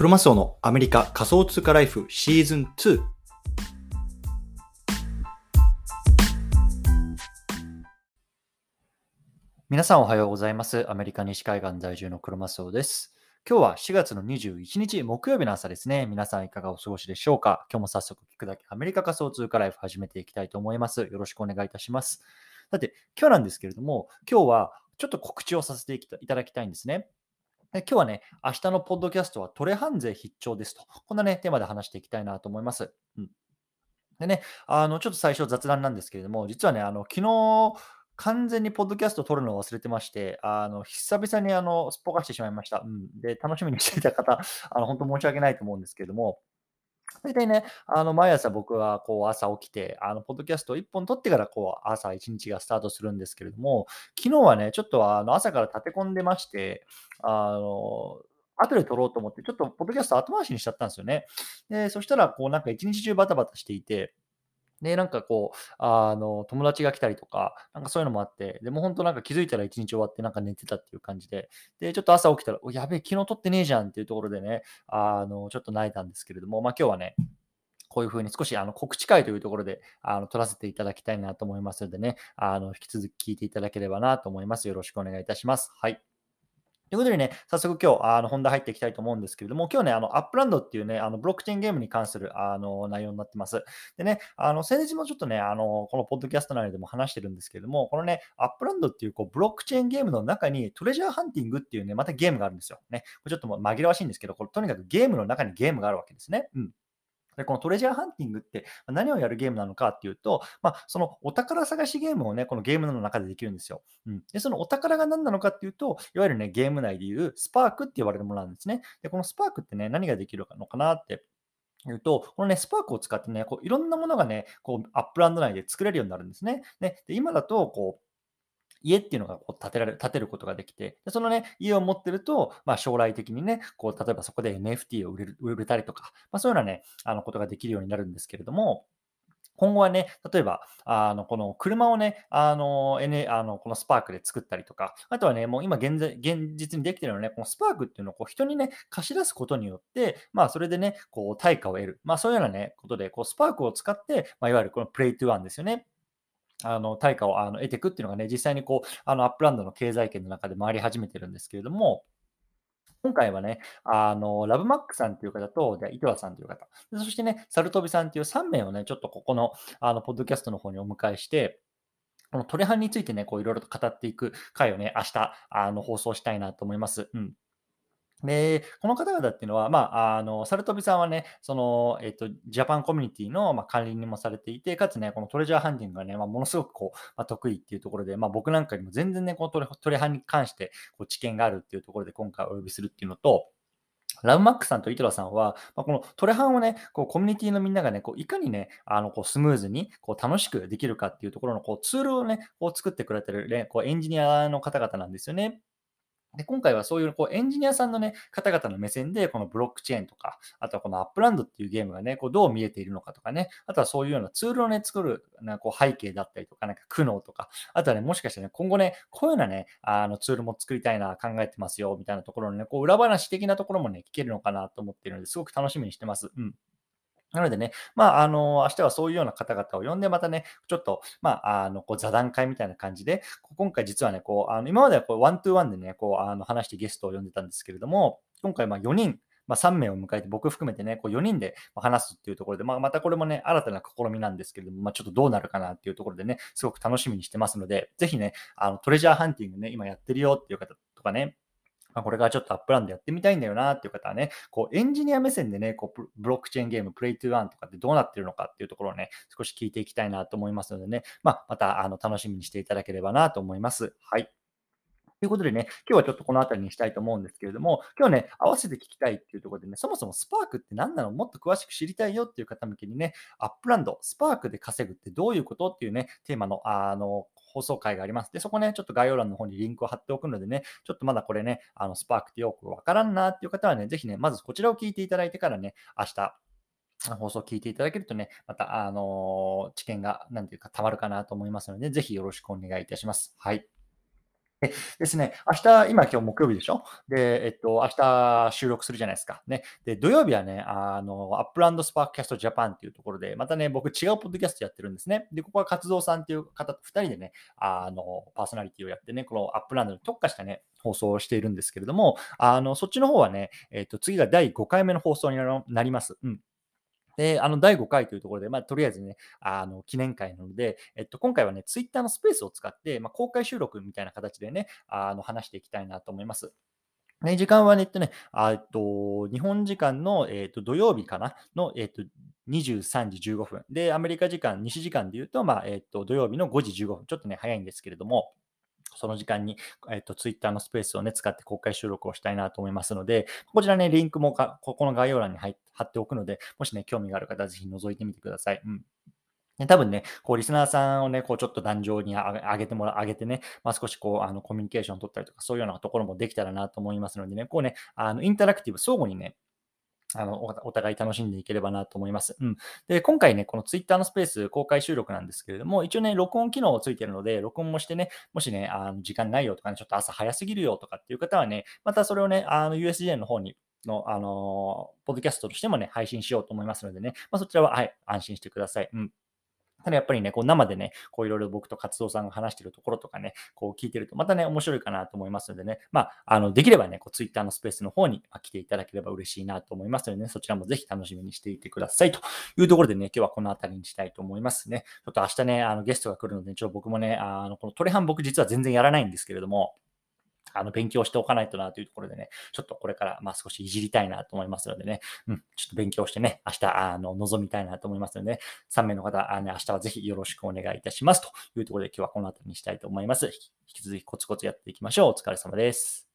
クロマスオのアメリカ仮想通貨ライフシーズン2。皆さんおはようございます。アメリカ西海岸在住のクロマスオです。今日は4月の21日木曜日の朝ですね。皆さんいかがお過ごしでしょうか。今日も早速聞くだけアメリカ仮想通貨ライフ始めていきたいと思います。よろしくお願いいたします。さて、今日なんですけれども、今日はちょっと告知をさせていただきたいんですね。で今日はね、明日のポッドキャストはトレハン税必聴ですと。こんなね、テーマで話していきたいなと思います。でね、ちょっと最初雑談なんですけれども、実はね、昨日、完全にポッドキャストを撮るのを忘れてまして、久々にすっぽかしてしまいました。で、楽しみにしていた方、本当申し訳ないと思うんですけれども、大体ね、毎朝僕はこう朝起きて、ポッドキャストを1本撮ってから、こう朝1日がスタートするんですけれども、昨日はね、ちょっと朝から立て込んでまして、あの、後で撮ろうと思って、ちょっとポッドキャスト後回しにしちゃったんですよね。で、そしたら、こうなんか1日中バタバタしていて、で、なんかこう、友達が来たりとか、なんかそういうのもあって、で、もうほんとなんか気づいたら1日終わってなんか寝てたっていう感じで、で、ちょっと朝起きたら、やべえ、昨日撮ってねえじゃんっていうところでね、ちょっと泣いたんですけれども、今日はね、こういう風に少し告知会というところで、撮らせていただきたいなと思いますのでね、引き続き聞いていただければなと思います。よろしくお願いいたします。はい。ということでね、早速今日、本題入っていきたいと思うんですけれども、今日ね、アップランドっていうね、ブロックチェーンゲームに関する、内容になってます。でね、先日もちょっとね、このポッドキャスト内でも話してるんですけれども、このね、アップランドっていう、こう、ブロックチェーンゲームの中に、トレジャーハンティングっていうね、またゲームがあるんですよ。ね、これちょっともう紛らわしいんですけど、これとにかくゲームの中にゲームがあるわけですね。で、このトレジャーハンティングって何をやるゲームなのかっていうと、そのお宝探しゲームをね、このゲームの中でできるんですよ。で、そのお宝が何なのかっていうと、いわゆるね、ゲーム内でいうスパークって言われるものなんですね。で、このスパークってね、何ができるのかなっていうと、このね、スパークを使ってね、こういろんなものがね、こうアップランド内で作れるようになるんですね。で、今だと、こう、家っていうのがこう建てることができて、で、そのね、家を持ってると、将来的にね、こう、例えばそこで NFT を売れたりとか、そういうようなね、ことができるようになるんですけれども、今後はね、例えば、この車をね、このスパークで作ったりとか、あとはね、もう今現実にできてるのはね、このスパークっていうのをこう人にね、貸し出すことによって、それでね、こう対価を得る。そういうようなね、ことで、こうスパークを使って、いわゆるこのプレイトゥワンですよね。対価を得ていくっていうのがね、実際にこう、アップランドの経済圏の中で回り始めてるんですけれども、今回はね、ラブマックさんという方と、で、イトワさんという方、でそしてね、サルトビさんという3名をね、ちょっとここの、ポッドキャストの方にお迎えして、このトレハンについてね、こういろいろと語っていく回をね、明日、放送したいなと思います。で、この方々っていうのは、サルトビさんはね、その、ジャパンコミュニティの、管理人もされていて、かつね、このトレジャーハンティングがね、ものすごくこう、得意っていうところで、僕なんかよりも全然ね、このトレハンに関して、こう、知見があるっていうところで今回お呼びするっていうのと、ラブマックさんとイトラさんは、このトレハンをね、こうコミュニティのみんながね、こういかにね、こうスムーズにこう楽しくできるかっていうところのこうツールをね、こう作ってくれてるね、こうエンジニアの方々なんですよね。で、今回はそういうこうエンジニアさんのね、方々の目線で、このブロックチェーンとか、あとはこのアップランドっていうゲームがね、こうどう見えているのかとかね、あとはそういうようなツールをね、作る、こう背景だったりとか、なんか苦悩とか、あとはね、もしかしてね、今後ね、こういうようなね、ツールも作りたいな、考えてますよ、みたいなところのね、こう裏話的なところもね、聞けるのかなと思っているので、すごく楽しみにしてます。なのでね、明日はそういうような方々を呼んで、またね、ちょっと、こう座談会みたいな感じで、今回実はね、こう、今まではこう、ワントゥーワンでね、こう、話してゲストを呼んでたんですけれども、今回、4人、3名を迎えて、僕含めてね、こう4人で話すっていうところで、またこれもね、新たな試みなんですけれども、ちょっとどうなるかなっていうところでね、すごく楽しみにしてますので、ぜひね、トレジャーハンティングね、今やってるよっていう方とかね、これからちょっとアップランドやってみたいんだよなっていう方はね、こうエンジニア目線でね、こうブロックチェーンゲーム、プレイトゥーワンとかってどうなってるのかっていうところをね、少し聞いていきたいなと思いますのでね、また楽しみにしていただければなと思います。はい。ということでね、今日はちょっとこの辺りにしたいと思うんですけれども、今日ね、合わせて聞きたいっていうところでね、そもそもスパークって何なのもっと詳しく知りたいよっていう方向けにね、アップランド、スパークで稼ぐってどういうことっていうね、テーマの、放送回があります。で、そこね、ちょっと概要欄の方にリンクを貼っておくのでね、ちょっとまだこれね、スパークってよくわからんなっていう方はね、ぜひね、まずこちらを聞いていただいてからね、明日、放送を聞いていただけるとね、また、知見が、なんていうか、たまるかなと思いますので、ぜひよろしくお願いいたします。はい。 ですね、今日木曜日でしょ。で、明日収録するじゃないですか。ね。で、土曜日はね、アップランドスパークキャストジャパンっていうところで、またね、僕違うポッドキャストやってるんですね。で、ここは活動さんっていう方と2人でね、パーソナリティをやってね、このアップランドに特化したね、放送をしているんですけれども、そっちの方はね、次が第5回目の放送になります。うん。で、第5回というところで、とりあえずね、記念会なので、今回はね、ツイッターのスペースを使って、公開収録みたいな形でね、話していきたいなと思います。ね、時間はね、日本時間の、土曜日かなの、23時15分。で、アメリカ時間、西時間で言うと、土曜日の5時15分。ちょっとね、早いんですけれども、その時間に、ツイッターのスペースをね、使って公開収録をしたいなと思いますので、こちらね、リンクもここの概要欄に貼っておくので、もしね、興味がある方はぜひ覗いてみてください。うん。で、多分ね、こうリスナーさんをね、こうちょっと壇上に上げてね、少しこう、コミュニケーションを取ったりとか、そういうようなところもできたらなと思いますのでね、こうね、インタラクティブ、相互にね、お互い楽しんでいければなと思います。うん。で、今回ね、この Twitter のスペース公開収録なんですけれども、一応ね、録音機能ついてるので、録音もしてね、もしね、時間ないよとかね、ちょっと朝早すぎるよとかっていう方はね、またそれをね、USJ の方にポッドキャストとしてもね、配信しようと思いますのでね、そちらは、はい、安心してください。うん。ただやっぱりね、こう生でね、こういろいろ僕と活動さんが話してるところとかね、こう聞いてると、またね、面白いかなと思いますのでね、できればね、こう Twitter のスペースの方に来ていただければ嬉しいなと思いますのでね、そちらもぜひ楽しみにしていてくださいというところでね、今日はこの辺りにしたいと思いますね。ちょっと明日ね、ゲストが来るので、ちょっと僕もね、このトレハン僕実は全然やらないんですけれども、勉強しておかないとなというところでね、ちょっとこれから、少しいじりたいなと思いますのでね、うん、ちょっと勉強してね、明日、臨みたいなと思いますのでね、3名の方、明日はぜひよろしくお願いいたしますというところで、今日はこの辺りにしたいと思います。引き続きコツコツやっていきましょう。お疲れ様です。